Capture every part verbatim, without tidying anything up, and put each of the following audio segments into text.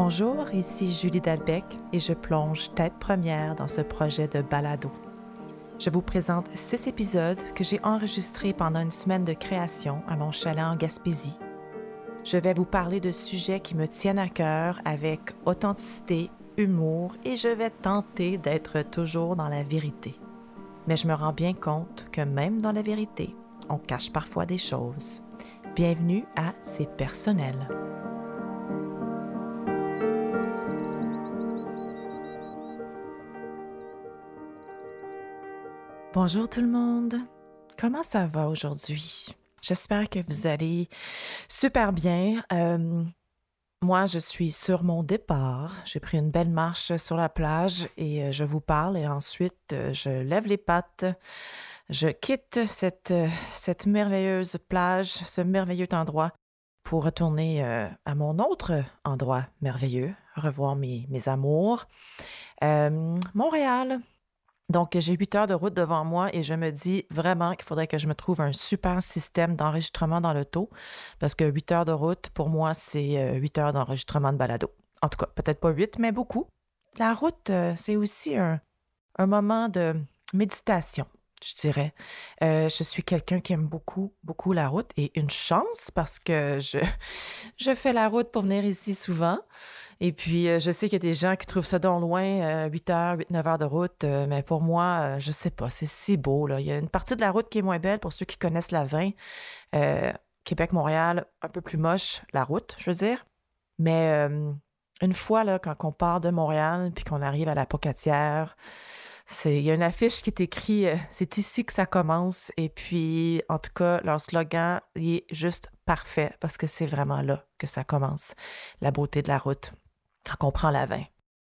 Bonjour, ici Julie Dalbec et je plonge tête première dans ce projet de balado. Je vous présente six épisodes que j'ai enregistrés pendant une semaine de création à mon chalet en Gaspésie. Je vais vous parler de sujets qui me tiennent à cœur avec authenticité, humour et je vais tenter d'être toujours dans la vérité. Mais je me rends bien compte que même dans la vérité, on cache parfois des choses. Bienvenue à C'est personnel. Bonjour tout le monde, comment ça va aujourd'hui? J'espère que vous allez super bien. Euh, moi, je suis sur mon départ. J'ai pris une belle marche sur la plage et euh, je vous parle et ensuite euh, je lève les pattes. Je quitte cette, euh, cette merveilleuse plage, ce merveilleux endroit pour retourner euh, à mon autre endroit merveilleux, revoir mes, mes amours. Euh, Montréal. Donc, j'ai huit heures de route devant moi et je me dis vraiment qu'il faudrait que je me trouve un super système d'enregistrement dans l'auto parce que huit heures de route, pour moi, c'est huit heures d'enregistrement de balado. En tout cas, peut-être pas huit, mais beaucoup. La route, euh, c'est aussi un, un moment de méditation, je dirais. Euh, je suis quelqu'un qui aime beaucoup, beaucoup la route et une chance parce que je, je fais la route pour venir ici souvent. Et puis, euh, je sais qu'il y a des gens qui trouvent ça donc loin, euh, huit heures, huit neuf heures de route, euh, mais pour moi, euh, je sais pas, c'est si beau, là. Il y a une partie de la route qui est moins belle pour ceux qui connaissent la vingt. Euh, Québec-Montréal, un peu plus moche, la route, je veux dire. Mais euh, une fois, là, quand on part de Montréal puis qu'on arrive à la Pocatière, c'est, il y a une affiche qui est écrite euh, « C'est ici que ça commence ». Et puis, en tout cas, leur slogan, il est juste parfait parce que c'est vraiment là que ça commence, la beauté de la route. Quand on prend la vingt.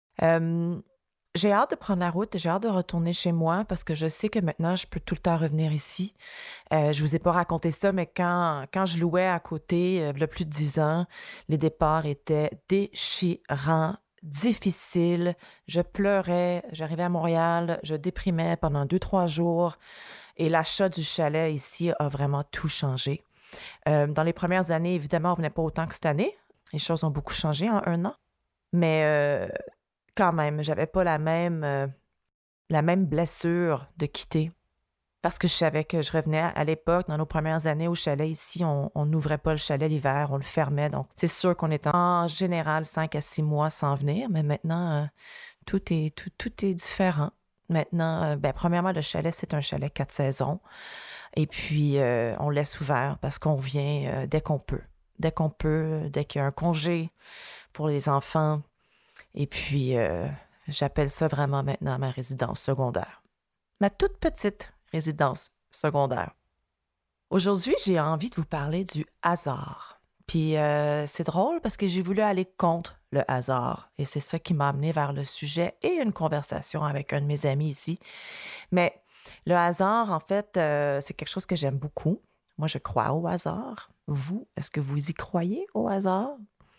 Euh, j'ai hâte de prendre la route, j'ai hâte de retourner chez moi parce que je sais que maintenant, je peux tout le temps revenir ici. Euh, je vous ai pas raconté ça, mais quand, quand je louais à côté, euh, il y a plus de dix ans, les départs étaient déchirants, difficiles. Je pleurais, j'arrivais à Montréal, je déprimais pendant deux, trois jours et l'achat du chalet ici a vraiment tout changé. Euh, dans les premières années, évidemment, on ne venait pas autant que cette année. Les choses ont beaucoup changé en un an. Mais euh, quand même, j'avais pas la même, euh, la même blessure de quitter. Parce que je savais que je revenais à l'époque, dans nos premières années au chalet ici, on n'ouvrait pas le chalet l'hiver, on le fermait. Donc, c'est sûr qu'on était en général cinq à six mois sans venir. Mais maintenant, euh, tout, est, tout, tout est différent. Maintenant, euh, ben, premièrement, le chalet, c'est un chalet quatre saisons. Et puis, euh, on laisse ouvert parce qu'on vient euh, dès qu'on peut. Dès qu'on peut, dès qu'il y a un congé pour les enfants. Et puis, euh, j'appelle ça vraiment maintenant ma résidence secondaire. Ma toute petite résidence secondaire. Aujourd'hui, j'ai envie de vous parler du hasard. Puis, euh, c'est drôle parce que j'ai voulu aller contre le hasard. Et c'est ça qui m'a amené vers le sujet et une conversation avec un de mes amis ici. Mais le hasard, en fait, euh, c'est quelque chose que j'aime beaucoup. Moi, je crois au hasard. Vous, est-ce que vous y croyez au hasard?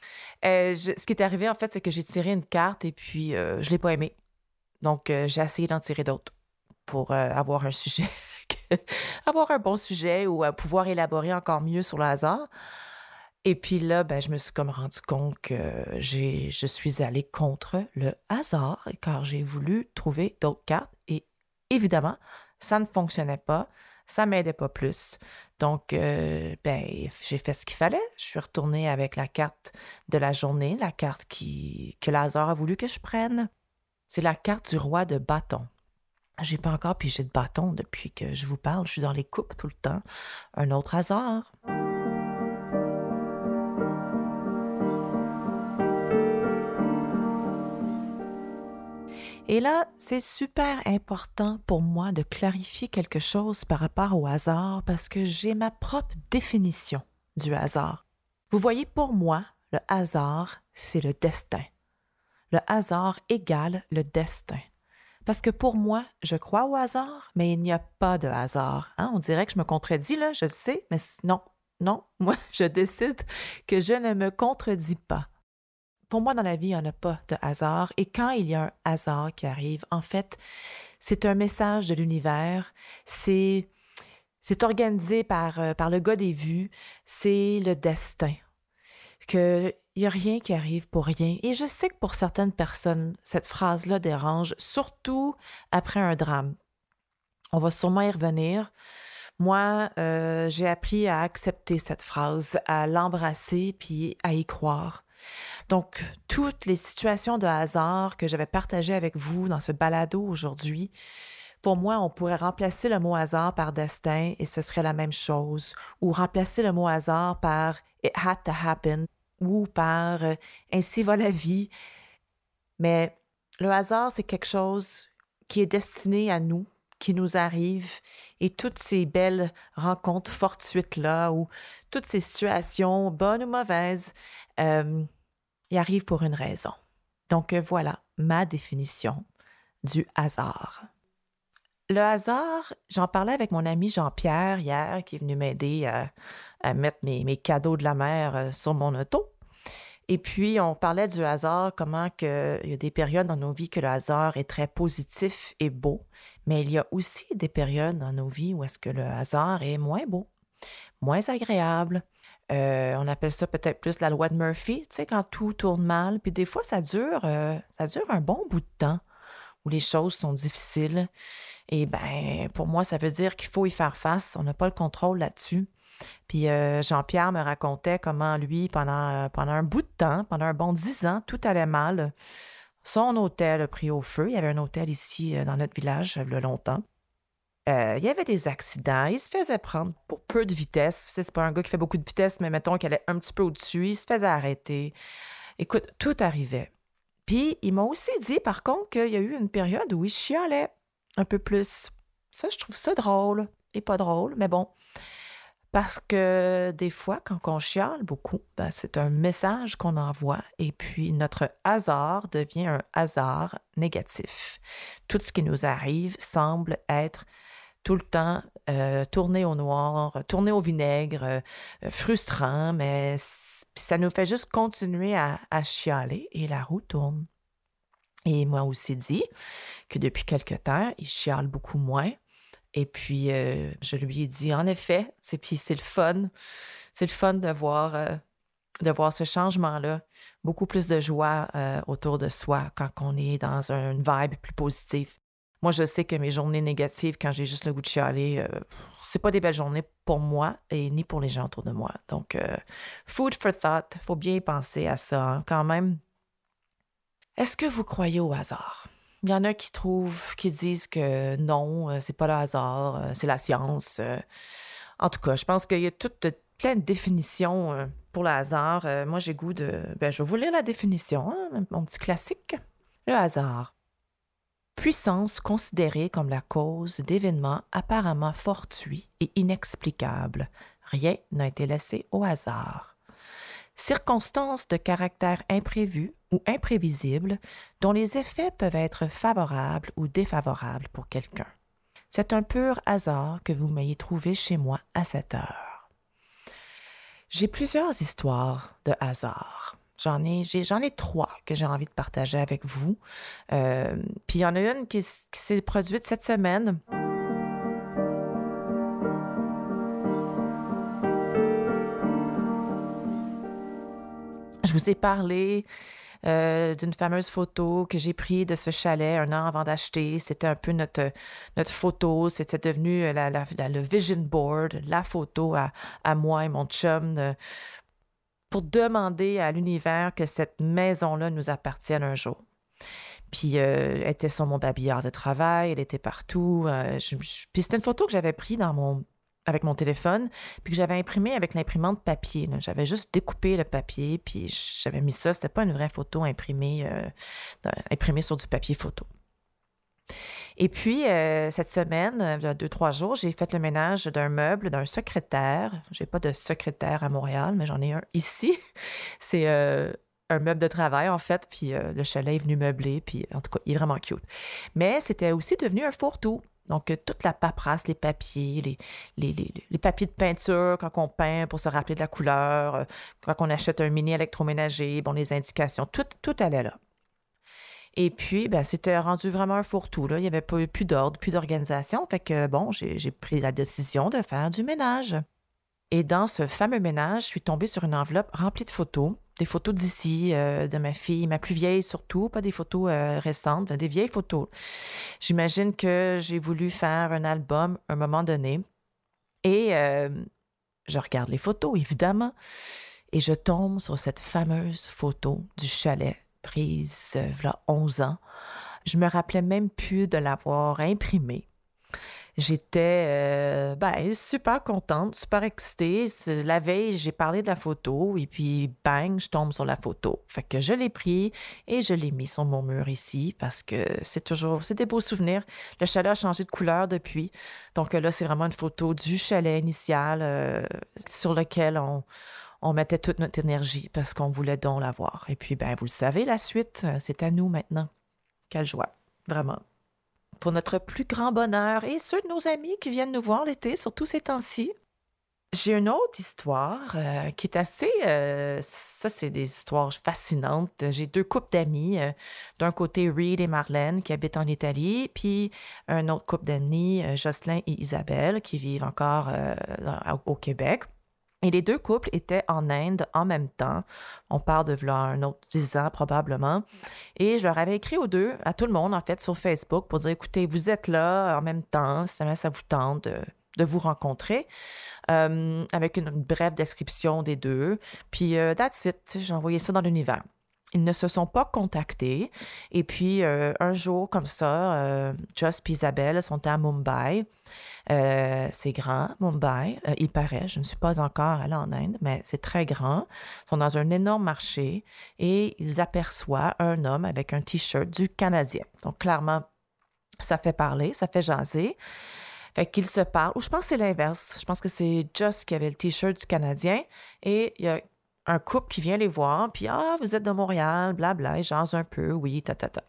Euh, je- ce qui est arrivé, en fait, c'est que j'ai tiré une carte et puis euh, je ne l'ai pas aimée. Donc, euh, j'ai essayé d'en tirer d'autres pour euh, avoir un sujet, avoir un bon sujet ou euh, pouvoir élaborer encore mieux sur le hasard. Et puis là, ben, je me suis comme rendu compte que j'ai, je suis allée contre le hasard car j'ai voulu trouver d'autres cartes et évidemment, ça ne fonctionnait pas. Ça ne m'aidait pas plus. Donc, euh, ben, j'ai fait ce qu'il fallait. Je suis retournée avec la carte de la journée, la carte qui, que le hasard a voulu que je prenne. C'est la carte du roi de bâton. J'ai pas encore pigé de bâton depuis que je vous parle. Je suis dans les coupes tout le temps. Un autre hasard. Et là, c'est super important pour moi de clarifier quelque chose par rapport au hasard parce que j'ai ma propre définition du hasard. Vous voyez, pour moi, le hasard, c'est le destin. Le hasard égale le destin. Parce que pour moi, je crois au hasard, mais il n'y a pas de hasard. Hein? On dirait que je me contredis, là, je le sais, mais non, non, moi, je décide que je ne me contredis pas. Pour moi, dans la vie, il n'y en a pas de hasard. Et quand il y a un hasard qui arrive, en fait, c'est un message de l'univers. C'est, c'est organisé par, euh, par le gars des vues. C'est le destin. Qu'il il n'y a rien qui arrive pour rien. Et je sais que pour certaines personnes, cette phrase-là dérange, surtout après un drame. On va sûrement y revenir. Moi, euh, j'ai appris à accepter cette phrase, à l'embrasser puis à y croire. Donc, toutes les situations de hasard que j'avais partagées avec vous dans ce balado aujourd'hui, pour moi, on pourrait remplacer le mot hasard par destin et ce serait la même chose. Ou remplacer le mot hasard par it had to happen ou par euh, ainsi va la vie. Mais le hasard, c'est quelque chose qui est destiné à nous, qui nous arrive. Et toutes ces belles rencontres fortuites-là ou toutes ces situations, bonnes ou mauvaises, euh, ils arrivent pour une raison. Donc euh, voilà ma définition du hasard. Le hasard, j'en parlais avec mon ami Jean-Pierre hier, qui est venu m'aider à, à mettre mes, mes cadeaux de la mer euh, sur mon auto. Et puis, on parlait du hasard, comment que, il y a des périodes dans nos vies que le hasard est très positif et beau, mais il y a aussi des périodes dans nos vies où est-ce que le hasard est moins beau, moins agréable. Euh, on appelle ça peut-être plus la loi de Murphy, tu sais, quand tout tourne mal. Puis des fois, ça dure, euh, ça dure un bon bout de temps où les choses sont difficiles. Et bien, pour moi, ça veut dire qu'il faut y faire face. On n'a pas le contrôle là-dessus. Puis euh, Jean-Pierre me racontait comment lui, pendant, pendant un bout de temps, pendant un bon dix ans, tout allait mal. Son hôtel a pris au feu. Il y avait un hôtel ici euh, dans notre village, il y a longtemps. Euh, il y avait des accidents. Il se faisait prendre pour peu de vitesse. C'est, c'est pas un gars qui fait beaucoup de vitesse, mais mettons qu'il allait un petit peu au-dessus. Il se faisait arrêter. Écoute, tout arrivait. Puis, il m'a aussi dit, par contre, qu'il y a eu une période où il chialait un peu plus. Ça, je trouve ça drôle. Et pas drôle, mais bon. Parce que des fois, quand on chiale beaucoup, ben, c'est un message qu'on envoie et puis notre hasard devient un hasard négatif. Tout ce qui nous arrive semble être tout le temps euh, tourné au noir, tourné au vinaigre, euh, frustrant, mais ça nous fait juste continuer à, à chialer et la roue tourne. Et il m'a aussi dit que depuis quelque temps, il chiale beaucoup moins. Et puis, euh, je lui ai dit, en effet, c'est, puis c'est le fun. C'est le fun de voir, euh, de voir ce changement-là. Beaucoup plus de joie euh, autour de soi quand on est dans une vibe plus positive. Moi, je sais que mes journées négatives, quand j'ai juste le goût de chialer, euh, c'est pas des belles journées pour moi et ni pour les gens autour de moi. Donc, euh, food for thought, il faut bien y penser à ça hein, quand même. Est-ce que vous croyez au hasard? Il y en a qui trouvent, qui disent que non, euh, c'est pas le hasard, euh, c'est la science. Euh. En tout cas, je pense qu'il y a toute, toute plein de définitions euh, pour le hasard. Euh, moi, j'ai goût de... Ben, je vais vous lire la définition, hein, mon petit classique. Le hasard. Puissance considérée comme la cause d'événements apparemment fortuits et inexplicables. Rien n'a été laissé au hasard. Circonstances de caractère imprévu ou imprévisible dont les effets peuvent être favorables ou défavorables pour quelqu'un. C'est un pur hasard que vous m'ayez trouvé chez moi à cette heure. J'ai plusieurs histoires de hasard. J'en ai, j'ai, j'en ai trois que j'ai envie de partager avec vous. Euh, puis il y en a une qui, qui s'est produite cette semaine. Je vous ai parlé euh, d'une fameuse photo que j'ai prise de ce chalet un an avant d'acheter. C'était un peu notre, notre photo. C'était devenu la, la, la, le vision board, la photo à, à moi et mon chum de, pour demander à l'univers que cette maison-là nous appartienne un jour. Puis euh, elle était sur mon babillard de travail, elle était partout. Euh, je, je, puis c'était une photo que j'avais prise dans mon... avec mon téléphone, puis que j'avais imprimé avec l'imprimante papier. Là. J'avais juste découpé le papier, puis j'avais mis ça. C'était pas une vraie photo imprimée, euh, imprimée sur du papier photo. Et puis, euh, cette semaine, il y a deux, trois jours, j'ai fait le ménage d'un meuble, d'un secrétaire. J'ai pas de secrétaire à Montréal, mais j'en ai un ici. C'est euh, un meuble de travail, en fait, puis euh, le chalet est venu meubler, puis en tout cas, il est vraiment cute. Mais c'était aussi devenu un fourre-tout. Donc, euh, toute la paperasse, les papiers, les, les, les, les papiers de peinture quand on peint pour se rappeler de la couleur, euh, quand on achète un mini électroménager, bon, les indications, tout, tout allait là. Et puis, ben, c'était rendu vraiment un fourre-tout, là. Il n'y avait pas, plus d'ordre, plus d'organisation. Fait que, bon, j'ai, j'ai pris la décision de faire du ménage. Et dans ce fameux ménage, je suis tombée sur une enveloppe remplie de photos des photos d'ici, euh, de ma fille, ma plus vieille surtout, pas des photos euh, récentes, des vieilles photos. J'imagine que j'ai voulu faire un album à un moment donné. Et euh, je regarde les photos, évidemment, et je tombe sur cette fameuse photo du chalet prise euh, il y a onze ans. Je me rappelais même plus de l'avoir imprimée. J'étais euh, ben, super contente, super excitée. C'est- La veille, j'ai parlé de la photo et puis bang, je tombe sur la photo. Fait que je l'ai pris et je l'ai mis sur mon mur ici parce que c'est toujours, c'est des beaux souvenirs. Le chalet a changé de couleur depuis. Donc là, c'est vraiment une photo du chalet initial euh, sur lequel on, on mettait toute notre énergie parce qu'on voulait donc l'avoir. Et puis, ben, vous le savez, la suite, euh, c'est à nous maintenant. Quelle joie, vraiment. Pour notre plus grand bonheur et ceux de nos amis qui viennent nous voir l'été, surtout ces temps-ci. J'ai une autre histoire euh, qui est assez... euh, ça, c'est des histoires fascinantes. J'ai deux couples d'amis. euh, d'un côté, Reed et Marlène, qui habitent en Italie, puis un autre couple d'amis, euh, Jocelyn et Isabelle, qui vivent encore euh, dans- au Québec. Et les deux couples étaient en Inde en même temps. On parle de v'là un autre dix ans probablement. Et je leur avais écrit aux deux, à tout le monde en fait, sur Facebook pour dire, écoutez, vous êtes là en même temps, si jamais ça vous tente de, de vous rencontrer, euh, avec une, une brève description des deux. Puis, euh, that's it, j'ai envoyé ça dans l'univers. Ils ne se sont pas contactés. Et puis, euh, un jour, comme ça, euh, Joss et Isabelle sont à Mumbai. Euh, c'est grand, Mumbai. Euh, il paraît, je ne suis pas encore allée en Inde, mais c'est très grand. Ils sont dans un énorme marché et ils aperçoivent un homme avec un T-shirt du Canadien. Donc, clairement, ça fait parler, ça fait jaser. Fait qu'ils se parlent. Ou je pense que c'est l'inverse. Je pense que c'est Just qui avait le T-shirt du Canadien et il y a un couple qui vient les voir, puis « Ah, vous êtes de Montréal, blabla. » Ils jasent un peu, oui, ta, ta, ta.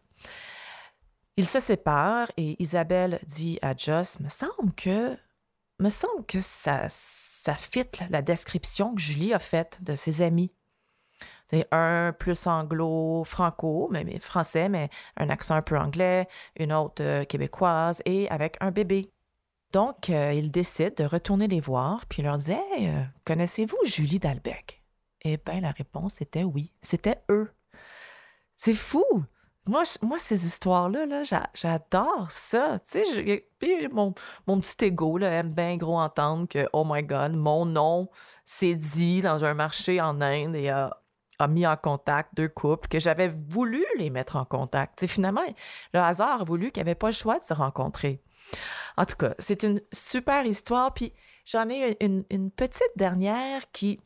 Ils se séparent et Isabelle dit à Joss, me semble que, me semble que ça, ça fit la description que Julie a faite de ses amis. C'est un plus anglo-franco, mais, mais français, mais un accent un peu anglais, une autre euh, québécoise et avec un bébé. Donc, euh, ils décident de retourner les voir, puis ils leur disent Hey, euh, connaissez-vous Julie Dalbec? Eh bien, la réponse était oui. C'était eux. C'est fou! Moi, je- moi ces histoires-là, là, j'a- j'adore ça. Tu sais, je- puis mon, mon petit ego là, aime bien gros entendre que, oh my God, mon nom s'est dit dans un marché en Inde et a, a mis en contact deux couples que j'avais voulu les mettre en contact. Tu sais, finalement, le hasard a voulu qu'ils n'avaient pas le choix de se rencontrer. En tout cas, c'est une super histoire. Puis j'en ai une, une petite dernière qui,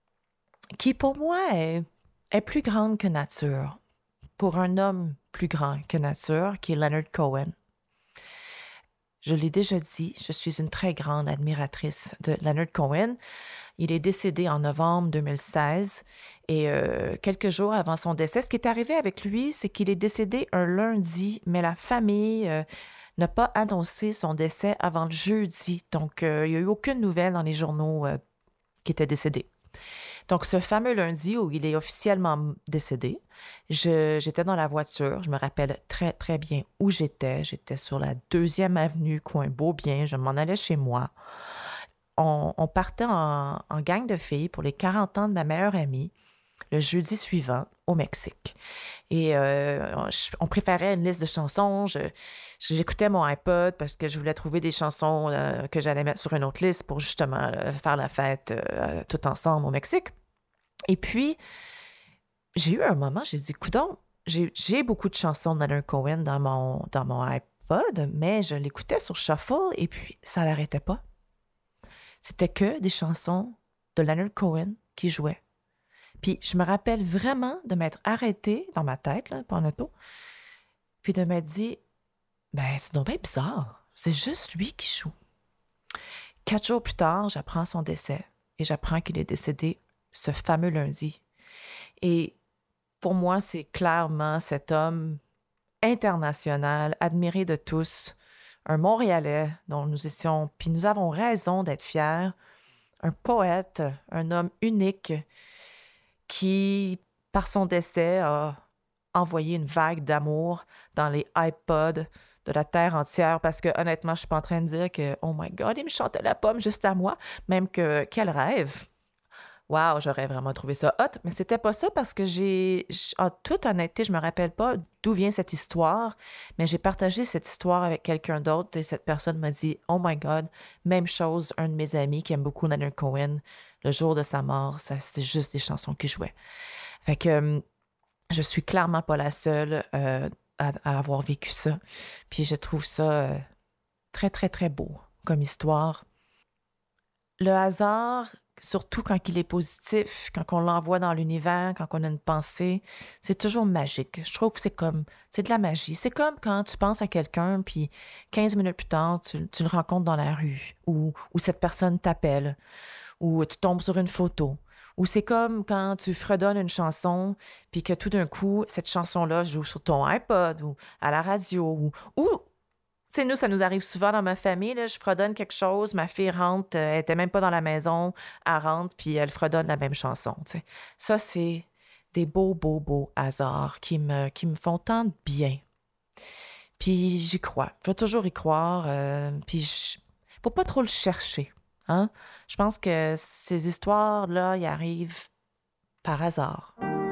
qui pour moi, est, est plus grande que nature. Pour un homme plus grand que nature, qui est Leonard Cohen. Je l'ai déjà dit, je suis une très grande admiratrice de Leonard Cohen. Il est décédé en novembre deux mille seize et euh, quelques jours avant son décès, ce qui est arrivé avec lui, c'est qu'il est décédé un lundi, mais la famille euh, n'a pas annoncé son décès avant le jeudi. Donc, euh, il n'y a eu aucune nouvelle dans les journaux euh, qu'il était décédé. Donc, ce fameux lundi où il est officiellement décédé, je- j'étais dans la voiture. Je me rappelle très, très bien où j'étais. J'étais sur la deuxième avenue, coin Beaubien. Je m'en allais chez moi. On, on partait en, en gang de filles pour les quarante ans de ma meilleure amie le jeudi suivant au Mexique. Et euh, je- on préparait une liste de chansons. Je- j'écoutais mon iPod parce que je voulais trouver des chansons euh, que j'allais mettre sur une autre liste pour justement euh, faire la fête euh, tout ensemble au Mexique. Et puis, j'ai eu un moment, j'ai dit, coudonc, j'ai, j'ai beaucoup de chansons de Leonard Cohen dans mon, dans mon iPod, mais je l'écoutais sur Shuffle et puis ça n'arrêtait pas. C'était que des chansons de Leonard Cohen qui jouaient. Puis je me rappelle vraiment de m'être arrêtée dans ma tête, là, pas en auto, puis de m'être dit, ben c'est donc bien bizarre, c'est juste lui qui joue. Quatre jours plus tard, j'apprends son décès et j'apprends qu'il est décédé ce fameux lundi. Et pour moi, c'est clairement cet homme international, admiré de tous, un Montréalais dont nous étions, puis nous avons raison d'être fiers, un poète, un homme unique qui, par son décès, a envoyé une vague d'amour dans les iPods de la terre entière parce que honnêtement, je suis pas en train de dire que oh my God, il me chantait la pomme juste à moi, même que quel rêve. Wow, j'aurais vraiment trouvé ça hot, mais c'était pas ça parce que j'ai j en toute honnêteté, je me rappelle pas d'où vient cette histoire, mais j'ai partagé cette histoire avec quelqu'un d'autre et cette personne m'a dit: «Oh my God, même chose, un de mes amis qui aime beaucoup Leonard Cohen, le jour de sa mort, ça c'était juste des chansons qu'il jouait». Fait que, hem, je suis clairement pas la seule, heu, à à avoir vécu ça. Puis je trouve ça, heu, très, très, très beau comme histoire. Le hasard, surtout quand il est positif, quand on l'envoie dans l'univers, quand on a une pensée, c'est toujours magique. Je trouve que c'est comme, c'est de la magie. C'est comme quand tu penses à quelqu'un, puis quinze minutes plus tard, tu, tu le rencontres dans la rue, ou, ou cette personne t'appelle, ou tu tombes sur une photo. Ou c'est comme quand tu fredonnes une chanson, puis que tout d'un coup, cette chanson-là joue sur ton iPod ou à la radio, ou, ou tu sais, nous, ça nous arrive souvent dans ma famille, là, je fredonne quelque chose, ma fille rentre, heu, elle était même pas dans la maison, elle rentre, puis elle fredonne la même chanson, tu sais. Ça, c'est des beaux, beaux, beaux hasards qui me qui me font tant de bien. Puis j'y crois. Je vais toujours y croire, heu, puis je faut pas trop le chercher, hein. Je pense que ces histoires-là, ils arrivent par hasard.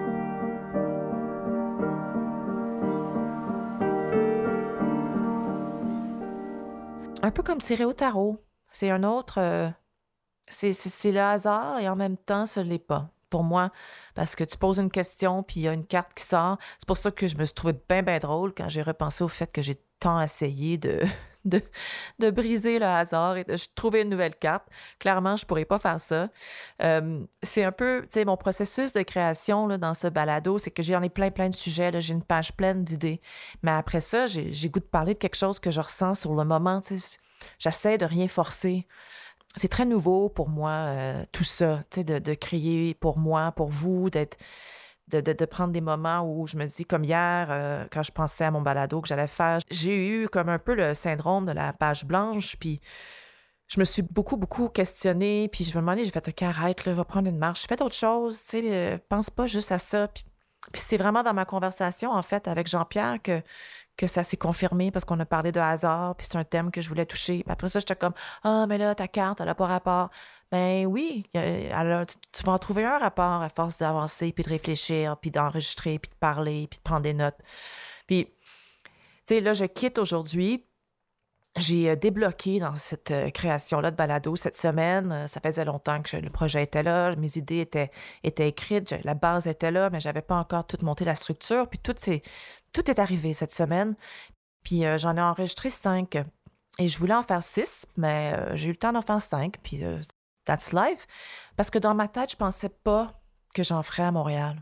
Un peu comme tirer au tarot. C'est un autre, heu C'est c'est c'est le hasard et en même temps, ce l'est pas, pour moi. Parce que tu poses une question, puis il y a une carte qui sort. C'est pour ça que je me suis trouvée bien, bien drôle quand j'ai repensé au fait que j'ai tant essayé de de de briser le hasard et de ch trouver une nouvelle carte. Clairement, je pourrais pas faire ça. Hem, c'est un peu, tu sais, mon processus de création, là, dans ce balado, c'est que j'en ai plein, plein de sujets, là, j'ai une page pleine d'idées. Mais après ça, j'ai j'ai goût de parler de quelque chose que je ressens sur le moment, tu sais. J'essaie de rien forcer. C'est très nouveau pour moi, heu, tout ça, tu sais, de de créer pour moi, pour vous, d'être de de de prendre des moments où je me dis comme hier, heu, quand je pensais à mon balado que j'allais faire, j'ai eu comme un peu le syndrome de la page blanche, puis je me suis beaucoup, beaucoup questionnée, puis je me demandais, j'ai fait: «OK, arrête là, va prendre une marche, fais d'autres choses, tu sais, heu, pense pas juste à ça». Puis puis c'est vraiment dans ma conversation, en fait, avec Jean-Pierre que que ça s'est confirmé parce qu'on a parlé de hasard, puis c'est un thème que je voulais toucher. Puis après ça, j'étais comme: «Ah, mais là, ta carte, elle a pas rapport». Ben oui, heu, elle a tu tu vas en trouver un rapport à force d'avancer, puis de réfléchir, puis d'enregistrer, puis de parler, puis de prendre des notes. Puis, tu sais, là, je quitte aujourd'hui. J'ai, heu, débloqué dans cette, heu, création-là de balado cette semaine. Heu, ça faisait longtemps que je le projet était là, mes idées étaient étaient écrites, je la base était là, mais j'avais pas encore tout monté la structure. Puis tout s'est tout est arrivé cette semaine. Puis, heu, j'en ai enregistré cinq et je voulais en faire six, mais, heu, j'ai eu le temps d'en faire cinq. Puis, heu, that's life. Parce que dans ma tête, je pensais pas que j'en ferais à Montréal.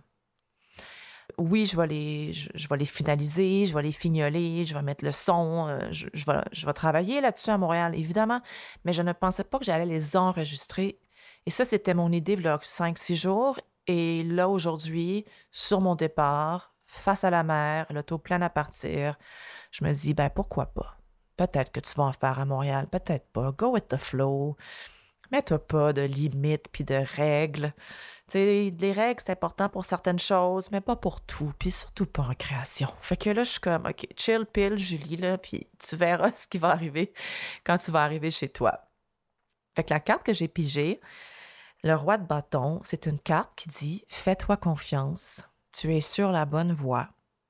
Oui, je vais les je je vais les finaliser, je vais les fignoler, je vais mettre le son, heu, je je vais je vais travailler là-dessus à Montréal, évidemment, mais je ne pensais pas que j'allais les enregistrer et ça, c'était mon idée v'là cinq six jours et là, aujourd'hui, sur mon départ, face à la mer, l'auto pleine à partir, je me dis: «Ben, pourquoi pas? Peut-être que tu vas en faire à Montréal, peut-être pas. Go with the flow». Mets-toi pas de limites puis de règles. Tu sais, les règles, c'est important pour certaines choses, mais pas pour tout, puis surtout pas en création. Fait que là, je suis comme, OK, chill pill, Julie, là, puis tu verras ce qui va arriver quand tu vas arriver chez toi. Fait que la carte que j'ai pigée, le roi de bâton, c'est une carte qui dit: «Fais-toi confiance, tu es sur la bonne voie.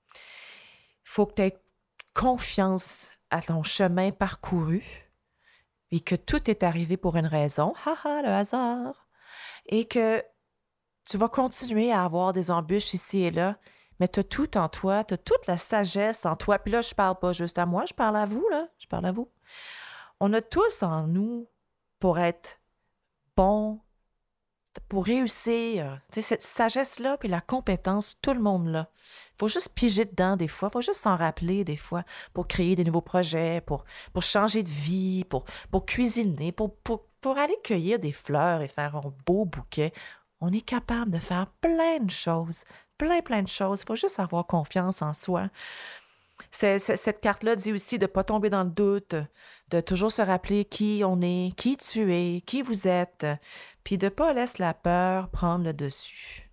Faut que tu aies confiance à ton chemin parcouru et que tout est arrivé pour une raison. Ha ha, le hasard. Et que tu vas continuer à avoir des embûches ici et là, mais tu as tout en toi, tu as toute la sagesse en toi. Puis là, je parle pas juste à moi, je parle à vous, là. Je parle à vous. On a tous en nous pour être bon, pour réussir. Tu sais, cette sagesse-là, puis la compétence, tout le monde l'a. Il faut juste piger dedans des fois, il faut juste s'en rappeler des fois pour créer des nouveaux projets, pour, pour changer de vie, pour, pour cuisiner, pour, pour, pour aller cueillir des fleurs et faire un beau bouquet. On est capable de faire plein de choses, plein, plein de choses. Il faut juste avoir confiance en soi. C'est- c'est- cette carte-là dit aussi de ne pas tomber dans le doute, de toujours se rappeler qui on est, qui tu es, qui vous êtes, puis de ne pas laisser la peur prendre le dessus.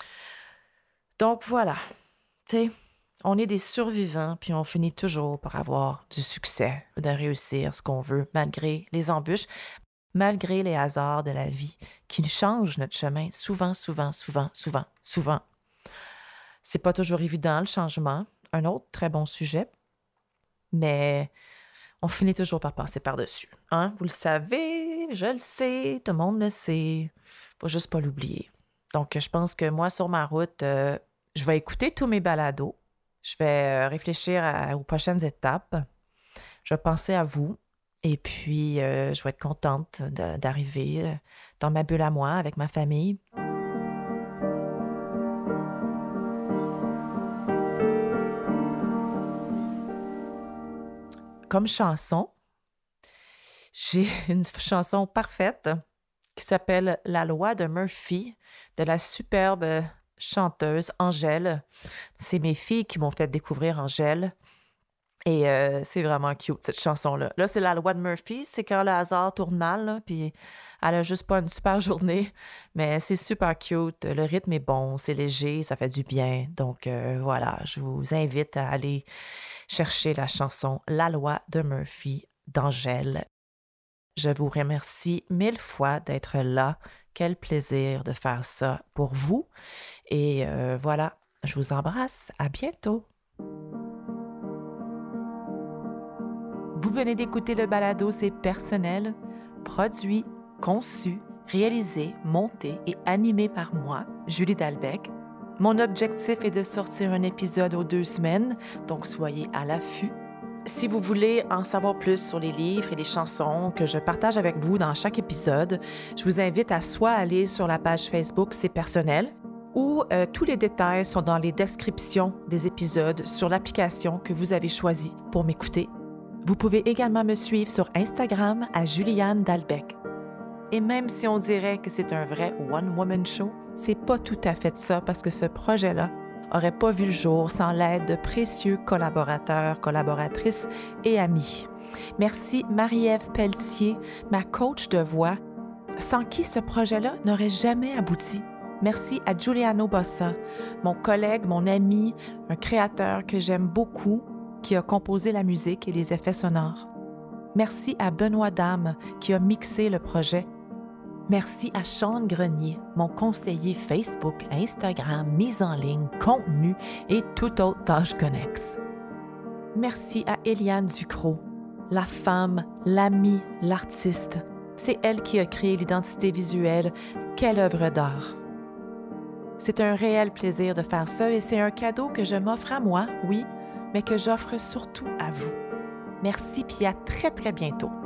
Donc voilà, tu sais, on est des survivants, puis on finit toujours par avoir du succès, de réussir ce qu'on veut, malgré les embûches. malgré les hasards de la vie qui changent notre chemin souvent, souvent, souvent, souvent, souvent. C'est pas toujours évident, le changement. Un autre très bon sujet. Mais on finit toujours par passer par-dessus. Hein? Vous le savez, je le sais, tout le monde le sait. Faut juste pas l'oublier. Donc, je pense que moi, sur ma route, euh, je vais écouter tous mes balados. Je vais euh, réfléchir à- aux prochaines étapes. Je vais penser à vous. Et puis, euh, je vais être contente de- d'arriver euh, dans ma bulle à moi avec ma famille. Comme chanson, j'ai une chanson parfaite qui s'appelle La loi de Murphy de la superbe chanteuse Angèle. C'est mes filles qui m'ont fait découvrir Angèle. Et euh, c'est vraiment cute, cette chanson-là. Là, c'est la loi de Murphy. C'est quand le hasard tourne mal, là, puis elle a juste pas une super journée. Mais c'est super cute. Le rythme est bon, c'est léger, ça fait du bien. Donc, euh, voilà, je vous invite à aller chercher la chanson La loi de Murphy d'Angèle. Je vous remercie mille fois d'être là. Quel plaisir de faire ça pour vous. Et euh, voilà, je vous embrasse. À bientôt. Vous venez d'écouter le balado C'est personnel, produit, conçu, réalisé, monté et animé par moi, Julie Dalbec. Mon objectif est de sortir un épisode aux deux semaines, donc soyez à l'affût. Si vous voulez en savoir plus sur les livres et les chansons que je partage avec vous dans chaque épisode, je vous invite à soit aller sur la page Facebook C'est personnel, ou euh, tous les détails sont dans les descriptions des épisodes sur l'application que vous avez choisie pour m'écouter. Vous pouvez également me suivre sur Instagram à Juliane Dalbec. Et même si on dirait que c'est un vrai one-woman show, c'est pas tout à fait ça parce que ce projet-là aurait pas vu le jour sans l'aide de précieux collaborateurs, collaboratrices et amis. Merci Marie-Ève Pelletier, ma coach de voix, sans qui ce projet-là n'aurait jamais abouti. Merci à Giuliano Bossa, mon collègue, mon ami, un créateur que j'aime beaucoup, qui a composé la musique et les effets sonores. Merci à Benoît Dame, qui a mixé le projet. Merci à Sean Grenier, mon conseiller Facebook, Instagram, mise en ligne, contenu et toute autre tâche connexe. Merci à Eliane Ducrot, la femme, l'amie, l'artiste. C'est elle qui a créé l'identité visuelle. Quelle œuvre d'art! C'est un réel plaisir de faire ça et c'est un cadeau que je m'offre à moi, oui, mais que j'offre surtout à vous. Merci, puis à très, très bientôt.